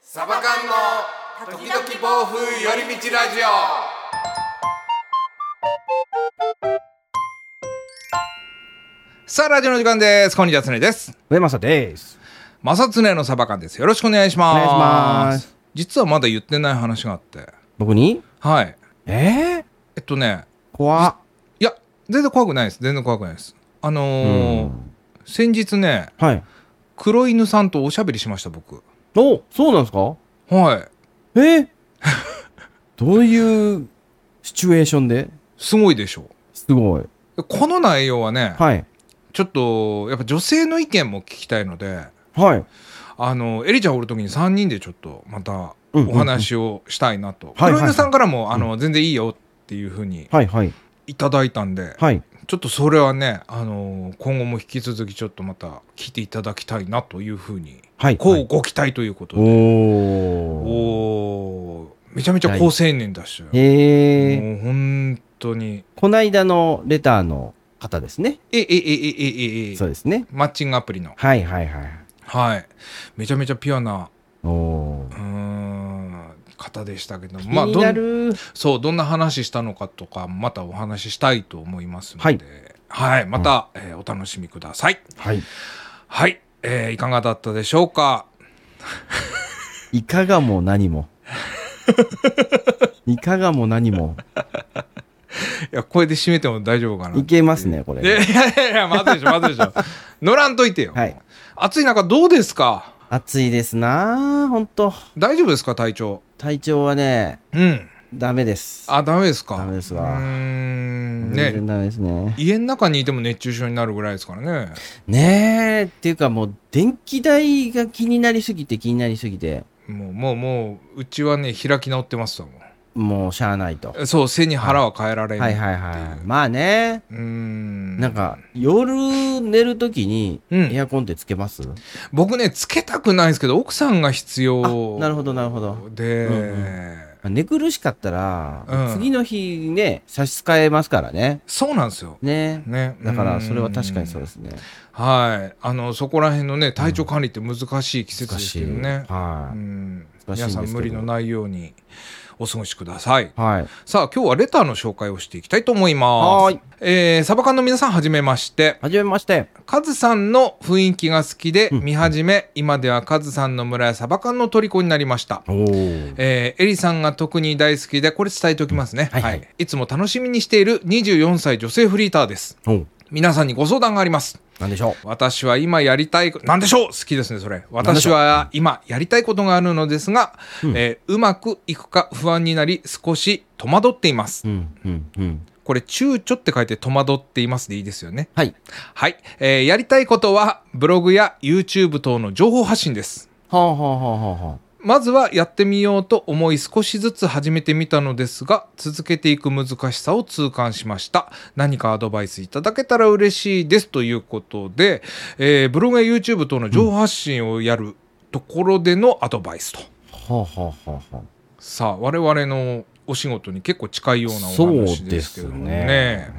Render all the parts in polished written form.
サバ缶の時々暴風寄り道ラジオ。さあラジオの時間です。こんにちは、つねです。 上正です。 まさつねのサバ缶です。よろしくお願いします。 お願いします。 実はまだ言ってない話があって。 僕に？ はい。 怖っ。 いや全然怖くないです。全然怖くないです。先日ね、 はい、 黒犬さんとおしゃべりしました、僕。 お、そうなんですか？ はい。 どういうシチュエーションで？ すごいでしょ。 すごい。 この内容はね、 はい、 ちょっとやっぱ女性の意見も聞きたいので、 はい、 エリちゃんおる時に3人でちょっとまたお話をしたいなと。黒犬さんからも全然いいよっていう風にいただいたんで、 はい、 ちょっとそれはね、今後も引き続きちょっとまた聞いていただきたいなという風に、 はい、 こうご期待ということで、めちゃめちゃ好青年だし、もう本当にこないだのレターの方ですね。そうですね。 マッチングアプリの、 はい、 めちゃめちゃピュアな方でしたけど、まあどんな話したのかとかまたお話ししたいと思いますので、はい、また、お楽しみください。はい、いかがだったでしょうか？ いかがも何もいかがも何もいや、これで締めても大丈夫かな。 いけますね、これ。 いやまずいでしょ乗らんといてよ。 はい、 暑い中どうですか？ 暑いですな、ほんと。 大丈夫ですか？体調はね、ダメです。 ダメですか？ ダメですわ。 全然ダメですね。 家の中にいても熱中症になるぐらいですからね。 ねえ、っていうかもう電気代が気になりすぎてもううちはね開き直ってますわ。 もうしゃあないと。 そう、背に腹は変えられない。 まあね、なんか夜寝るときにエアコンってつけます？ 僕ねつけたくないですけど奥さんが必要。 なるほどで、寝苦しかったら、次の日ね差し支えますからね。 そうなんですよね。だからそれは確かにそうですね。 はい、そこら辺のね体調管理って難しい季節ですけどね。皆さん無理のないようにお過ごしください。さあ今日はレターの紹介をしていきたいと思います。サバ缶の皆さんはじめまして。カズさんの雰囲気が好きで見始め、今ではカズさんの村やサバ缶の虜になりました。エリさんが特に大好きで、これ伝えておきますね。いつも楽しみにしている24歳女性フリーターです。皆さんにご相談があります。 何でしょう？ 私は今やりたい、なんでしょう？好きですね、それ。私は今やりたいことがあるのですが、うまくいくか不安になり少し戸惑っています。これ躊躇って書いて戸惑っていますでいいですよね。やりたいことはブログや YouTube 等の情報発信です。まずはやってみようと思い少しずつ始めてみたのですが、続けていく難しさを痛感しました。何かアドバイスいただけたら嬉しいですということで、ブログや YouTube 等の情報発信をやるところでのアドバイスと。さあ我々のお仕事に結構近いようなお話ですけどね。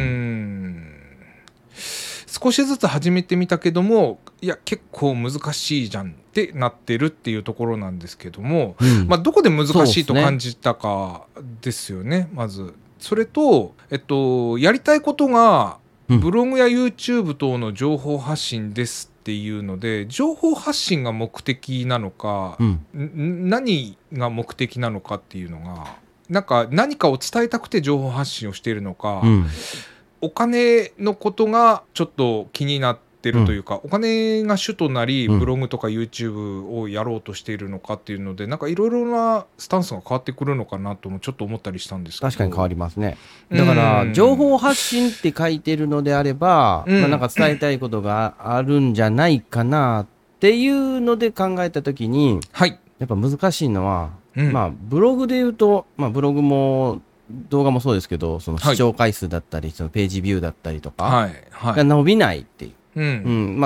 少しずつ始めてみたけども、いや結構難しいじゃんってなってるっていうところなんですけども、どこで難しいと感じたかですよね。まずそれと、やりたいことがブログや YouTube 等の情報発信ですっていうので、情報発信が目的なのか、何が目的なのかっていうのが、何かを伝えたくて情報発信をしているのか、お金のことがちょっと気になってるというか、お金が主となりブログとか YouTube をやろうとしているのかっていうので、いろいろなスタンスが変わってくるのかなともちょっと思ったりしたんですけど。 確かに変わりますね。だから情報発信って書いてるのであれば、伝えたいことがあるんじゃないかなっていうので考えた時に、やっぱ難しいのは、ブログで言うと、ブログも動画もそうですけど、その視聴回数だったり、そのページビューだったりとかが伸びないっていう、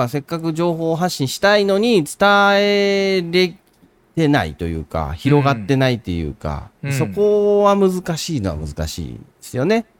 せっかく情報発信したいのに伝えれてないというか、広がってないというか、そこは難しいのは難しいですよね。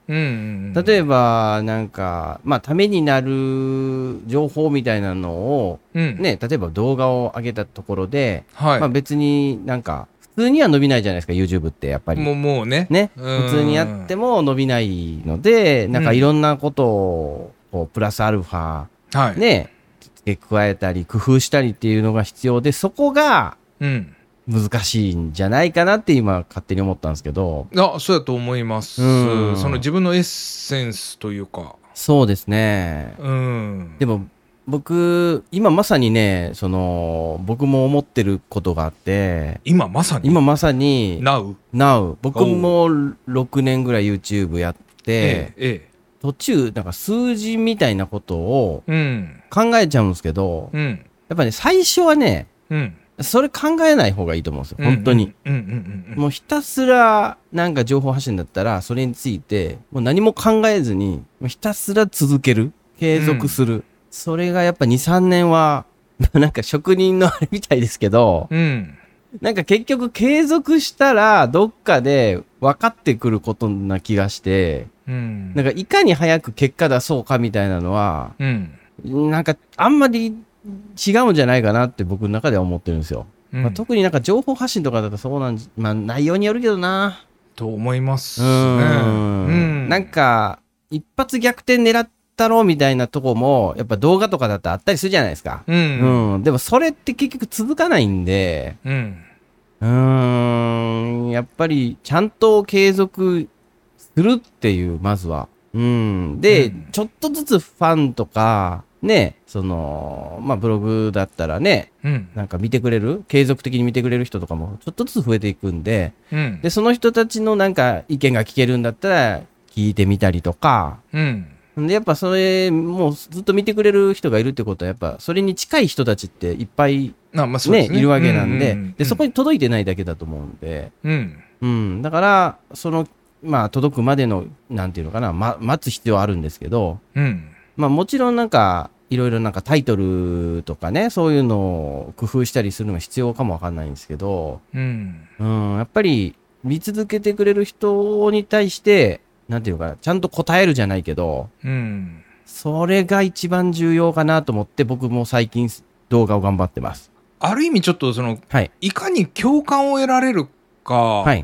例えばなんかためになる情報みたいなのを、ね、例えば動画を上げたところで、別になんか普通には伸びないじゃないですか YouTube ってやっぱりもうね普通にやっても伸びないので、なんかいろんなことをこうプラスアルファ、ね付け加えたり工夫したりっていうのが必要で、そこが難しいんじゃないかなって今勝手に思ったんですけど。 そうだと思います。その自分のエッセンスというか。 そうですね。でも僕今まさにね、僕も思ってることがあって、 今まさに Now 僕も6年ぐらい YouTube やって、途中なんか数字みたいなことを考えちゃうんですけど、やっぱね最初はね、それ考えない方がいいと思うんですよ、本当に。もうひたすらなんか情報発信だったら、それについてもう何も考えずに、もうひたすら続ける、継続する。それがやっぱ2、3年は、なんか職人のあれみたいですけど、なんか結局継続したらどっかで分かってくることな気がして、なんかいかに早く結果出そうかみたいなのは、なんかあんまり違うんじゃないかなって僕の中では思ってるんですよ。特になんか情報発信とかだとそう内容によるけどなと思いますね。 なんか一発逆転狙ったろうみたいなとこもやっぱ動画とかだとあったりするじゃないですか。でもそれって結局続かないんで、やっぱりちゃんと継続するっていうまずは、で、ちょっとずつファンとかね、ブログだったらね、なんか見てくれる、継続的に見てくれる人とかもちょっとずつ増えていくんで、で、その人たちのなんか意見が聞けるんだったら聞いてみたりとか、で、やっぱそれ、もうずっと見てくれる人がいるってことは、やっぱそれに近い人たちっていっぱいね、いるわけなんで、で、そこに届いてないだけだと思うんで、だから、届くまでの、なんていうのかな、待つ必要はあるんですけど、もちろんなんかいろいろなんかタイトルとかね、そういうのを工夫したりするのが必要かもわかんないんですけど、やっぱり見続けてくれる人に対してなんていうのかな、ちゃんと答えるじゃないけど、それが一番重要かなと思って、僕も最近動画を頑張ってます。 ある意味ちょっといかに共感を得られるかって、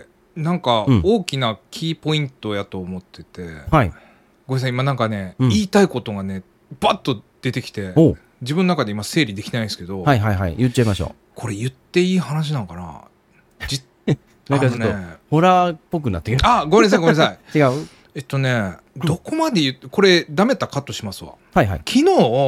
なんか大きなキーポイントやと思ってて、ごめんなさい、今なんかね、言いたいことがねバッと出てきて、自分の中で今整理できないんですけど、 言っちゃいましょう。 これ言っていい話なのかな。 なんかちょっとホラーっぽくなってきた。ごめんなさい違う。 どこまで言って、これダメだったらカットしますわ。昨日、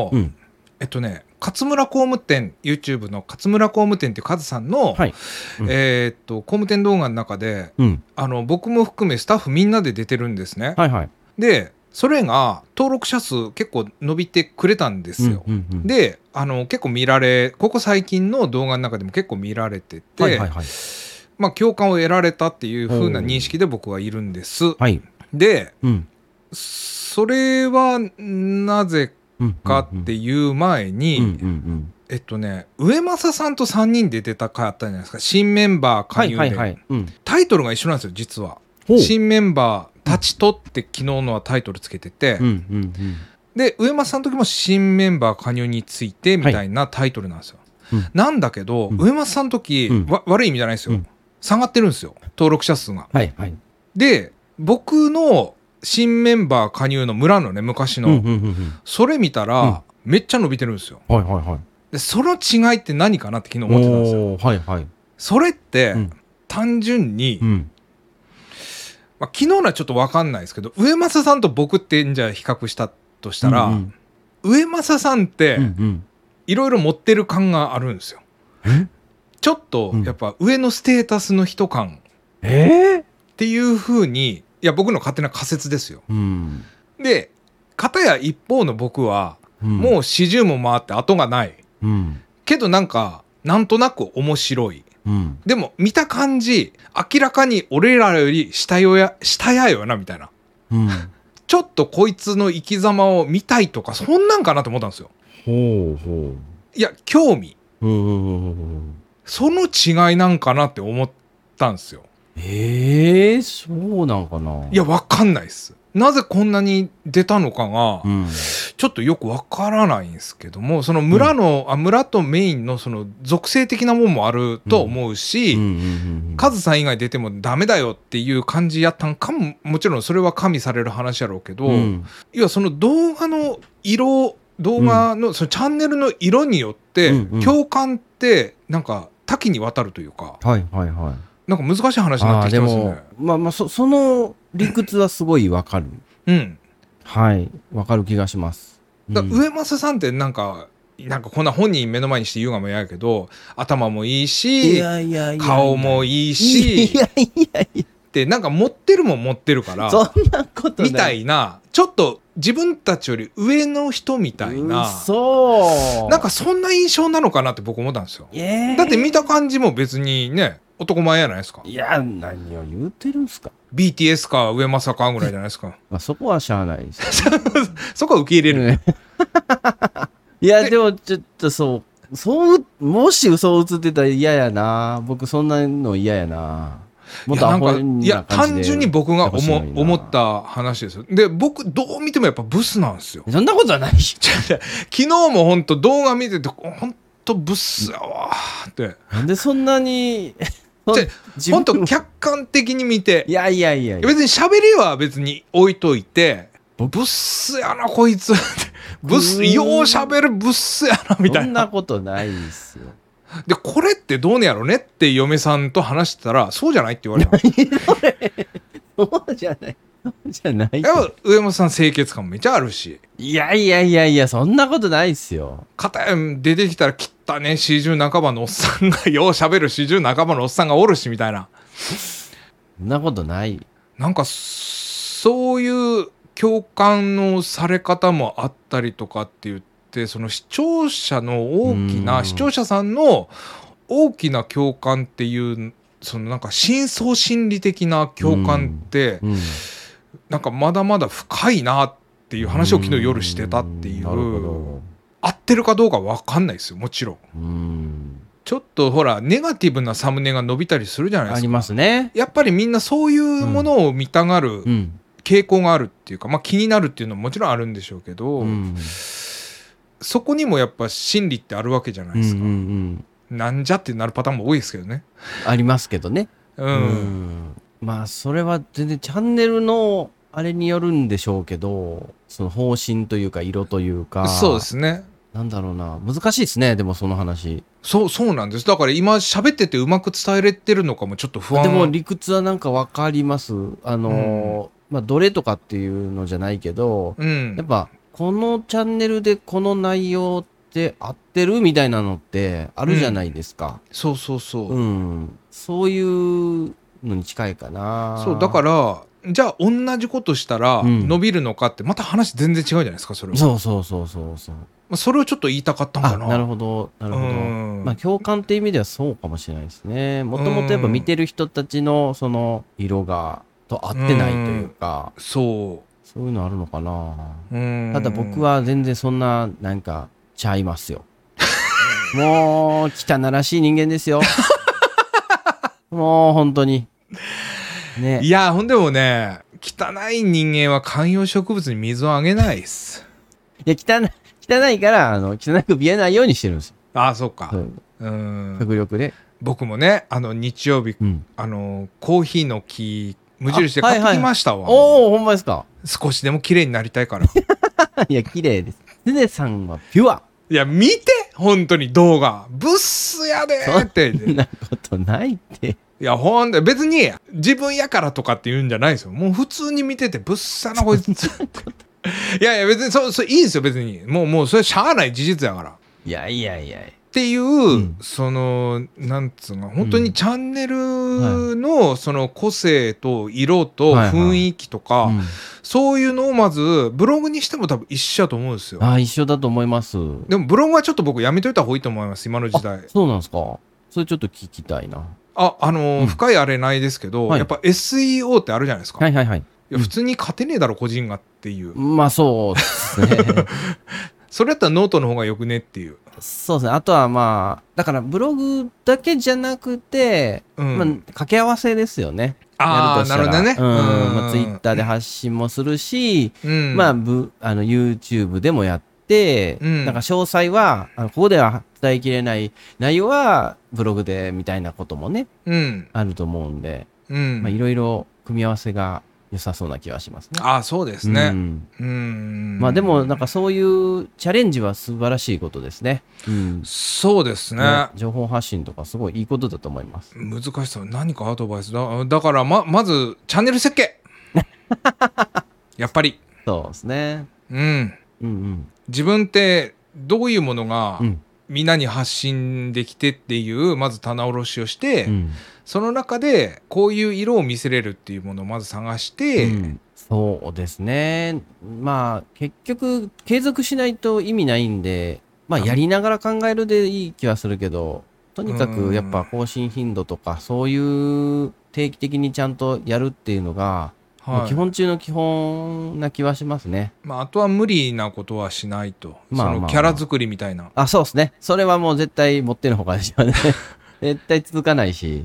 勝村工務店、 YouTube の勝村工務店っていうカズさんの、工務店動画の中で、僕も含めスタッフみんなで出てるんですね。でそれが登録者数結構伸びてくれたんですよ。で結構ここ最近の動画の中でも結構見られてて、共感を得られたっていう風な認識で僕はいるんです。で、それはなぜかっていう前に、上政さんと3人で出た回あったじゃないですか。新メンバー加入で、タイトルが一緒なんですよ実は。新メンバー立ちとって昨日のはタイトルつけてて、で上松さんの時も新メンバー加入についてみたいなタイトルなんですよ。なんだけど、上松さんの時、悪い意味じゃないですよ、下がってるんですよ登録者数が。で僕の新メンバー加入の村のね昔の、それ見たら、めっちゃ伸びてるんですよ。でその違いって何かなって昨日思ってたんですよ。それって、単純に、昨日のはちょっと分かんないですけど、上政さんと僕ってじゃあ比較したとしたら、上政さんっていろいろ持ってる感があるんですよ。ちょっとやっぱ上のステータスの人感っていう風に、いや僕の勝手な仮説ですよ。で片や一方の僕は、もう40も回って後がない、けどなんとなく面白い、でも見た感じ明らかに俺らより下やよなみたいな、ちょっとこいつの生き様を見たいとか、そんなんかなと思ったんですよ。いや興味、その違いなんかなって思ったんですよ。 そうなんかな。 いや、わかんないです。なぜこんなに出たのかが、ちょっとよくわからないんですけども、その村とメインのその属性的なもんもあると思うし、カズさん以外出てもダメだよっていう感じやったんかも、もちろんそれは加味される話やろうけど、要はその動画のそのチャンネルの色によって、共感ってなんか多岐にわたるというか、なんか難しい話になってきてますね。 その理屈はすごいわかる。わかる気がします。 上政さんってなんかこんな本人目の前にして言うのも嫌やけど、頭もいいし、顔もいいし、ってなんか持ってるから、 そんなことない。 みたいな、ちょっと自分たちより上の人みたいな、なんかそんな印象なのかなって僕思ったんですよ。だって見た感じも別にね、男前やないですか。 いや、何を言うてるんすか。 BTS か上政かぐらいじゃないですか。 そこはしゃあないです、 そこは受け入れる、 いやでもちょっともし嘘をつってたら嫌やな。僕そんなの嫌やな。もっとアホな感じで。いや単純に僕が思った話ですよ。で僕どう見てもやっぱブスなんですよ。 そんなことはないし。 昨日も本当動画見てて本当ブスやわってなんでそんなに本当客観的に見て、 いや別に喋りは別に置いといて、ブッスやなこいつブスよう喋るブッスやなみたいな。 そんなことないですよ。 でこれってどうねやろねって嫁さんと話してたら、そうじゃないって言われた。 そうじゃない上本さん清潔感めちゃあるし。 いやそんなことないっすよ。 出てきたら汚ね40半ばのおっさんがよう喋る40半ばのおっさんがおるしみたいな。 そんなことない。なんかそういう共感のされ方もあったりとかって言って、その視聴者さんの大きな共感っていう、そのなんか深層心理的な共感って、なんかまだまだ深いなっていう話を昨日夜してたっていう。合ってるかどうか分かんないですよ、もちろん。ちょっとほらネガティブなサムネが伸びたりするじゃないですか。 ありますね。 やっぱりみんなそういうものを見たがる傾向があるっていうか、気になるっていうのももちろんあるんでしょうけど、そこにもやっぱ心理ってあるわけじゃないですか。なんじゃってなるパターンも多いですけどね。 ありますけどね。それは全然チャンネルのあれによるんでしょうけど、その方針というか色というか。 そうですね。 なんだろうな、難しいですね。でもその話。 そうなんです。だから今喋っててうまく伝えれてるのかもちょっと不安。 でも理屈はなんか分かります。どれとかっていうのじゃないけど、やっぱこのチャンネルでこの内容って合ってるみたいなのってあるじゃないですか。 そう。 そういうのに近いかな。 そうだからじゃあ同じことしたら伸びるのかってまた話全然違うじゃないですか。それはそうそれをちょっと言いたかったんかな。 なるほど。共感っていう意味ではそうかもしれないですね。もともとやっぱ見てる人たちのその色がと合ってないというか、そういうのあるのかな。ただ僕は全然そんななんかちゃいますよ。もう汚らしい人間ですよ。もう本当にね。 いやほんでもね、汚い人間は観葉植物に水をあげないです。 いや汚いから汚く見えないようにしてるんですよ。 そうか。 極力ね。 僕もね日曜日、コーヒーの木無印で買ってきましたわ。 ほんまですか。 少しでも綺麗になりたいから。 いや綺麗です。つねさんはピュア。 いや見て本当に動画ブッスやでって。 そんなことないって。 いやほんで別に自分やからとかって言うんじゃないですよ。もう普通に見ててブッスやなこいつ。いや別にそういいんですよ別に。もうそれしゃあない事実やから。 いやっていう、そのなんつうの本当にチャンネルのその個性と色と雰囲気とか、そういうのをまずブログにしても多分一緒だと思うんですよ。 一緒だと思います。 でもブログはちょっと僕やめといた方がいいと思います、今の時代。 そうなんですか。それちょっと聞きたいな。 深いあれないですけど、やっぱ SEO ってあるじゃないですか。いや普通に勝てねえだろ個人がっていう。 そうですね。 それやったらノートの方がよくねっていう。 そうですね。あとはまあ、だからブログだけじゃなくて、まあ、掛け合わせですよね。やるとしたら。 なるほどね。 まあ、ツイッターで発信もするし、まあ、YouTube でもやって、なんか詳細は、ここでは伝えきれない内容はブログでみたいなこともね、あると思うんで、まあ、いろいろ組み合わせが良さそうな気はしますね。 そうですね。 まあでもなんかそういうチャレンジは素晴らしいことですね。 そうですね。 情報発信とかすごいいいことだと思います。 難しさは何かアドバイスだからまずチャンネル設計やっぱりそうですね。 自分ってどういうものがみんなに発信できてっていうまず棚卸しをして、その中でこういう色を見せれるっていうものをまず探して、 そうですね。まあ結局継続しないと意味ないんで、まあやりながら考えるでいい気はするけど、とにかくやっぱ更新頻度とかそういう定期的にちゃんとやるっていうのが、基本中の基本な気はしますね。 あとは無理なことはしないと、そのキャラ作りみたいな。 そうですね。それはもう絶対持ってるほうがいいですよね。絶対続かないし。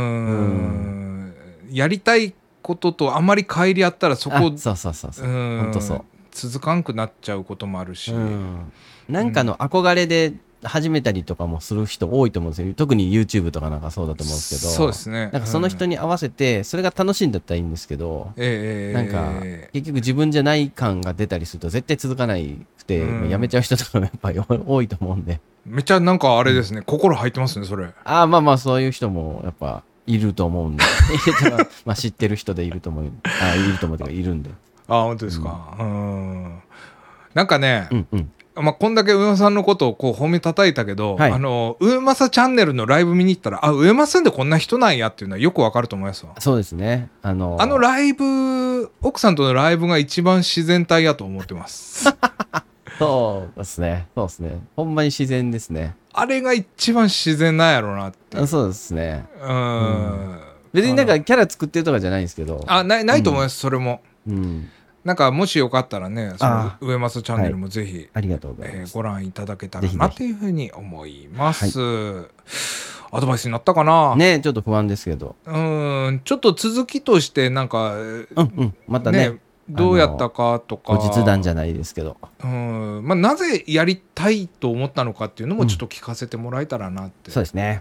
やりたいこととあまり乖離あったらそこそう本当そう。 続かんくなっちゃうこともあるし、 なんかの憧れで始めたりとかもする人多いと思うんですよ。特に YouTube とかなんかそうだと思うんですけど、 そうですね。 なんかその人に合わせてそれが楽しいんだったらいいんですけど、なんか結局自分じゃない感が出たりすると絶対続かないくて、やめちゃう人とかもやっぱり多いと思うんで。 めっちゃなんかあれですね、心入ってますねそれ。 まあそういう人もやっぱいると思うんでまあ知ってる人でいると思う。いると思うというかいるんで。 本当ですか。なんかね、こんだけ上間さんのことをこう褒めたたいたけど、上間さチャンネルのライブ見に行ったら、上間さんでこんな人なんやっていうのはよくわかると思いますわ。 そうですね。 あのライブ、奥さんとのライブが一番自然体やと思ってます。 そうですね。ほんまに自然ですね。 あれが一番自然なんやろうなって。 そうですね。別になんかキャラ作ってるとかじゃないんですけど。 ないと思います、それも。なんかもしよかったらね、その上松チャンネルもぜひ、 ありがとうございます。 ご覧いただけたらなというふうに思います。アドバイスになったかな。 ね、ちょっと不安ですけど。 ちょっと続きとしてなんか、 またね、 どうやったかとか、 後日談じゃないですけど、 なぜやりたいと思ったのかっていうのもちょっと聞かせてもらえたらなって。 そうですね。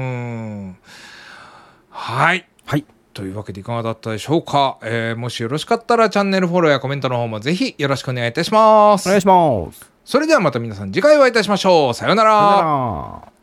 はい。というわけでいかがだったでしょうか。もしよろしかったらチャンネルフォローやコメントの方もぜひよろしくお願いいたします。 お願いします。 それではまた皆さん次回お会いいたしましょう。さようなら。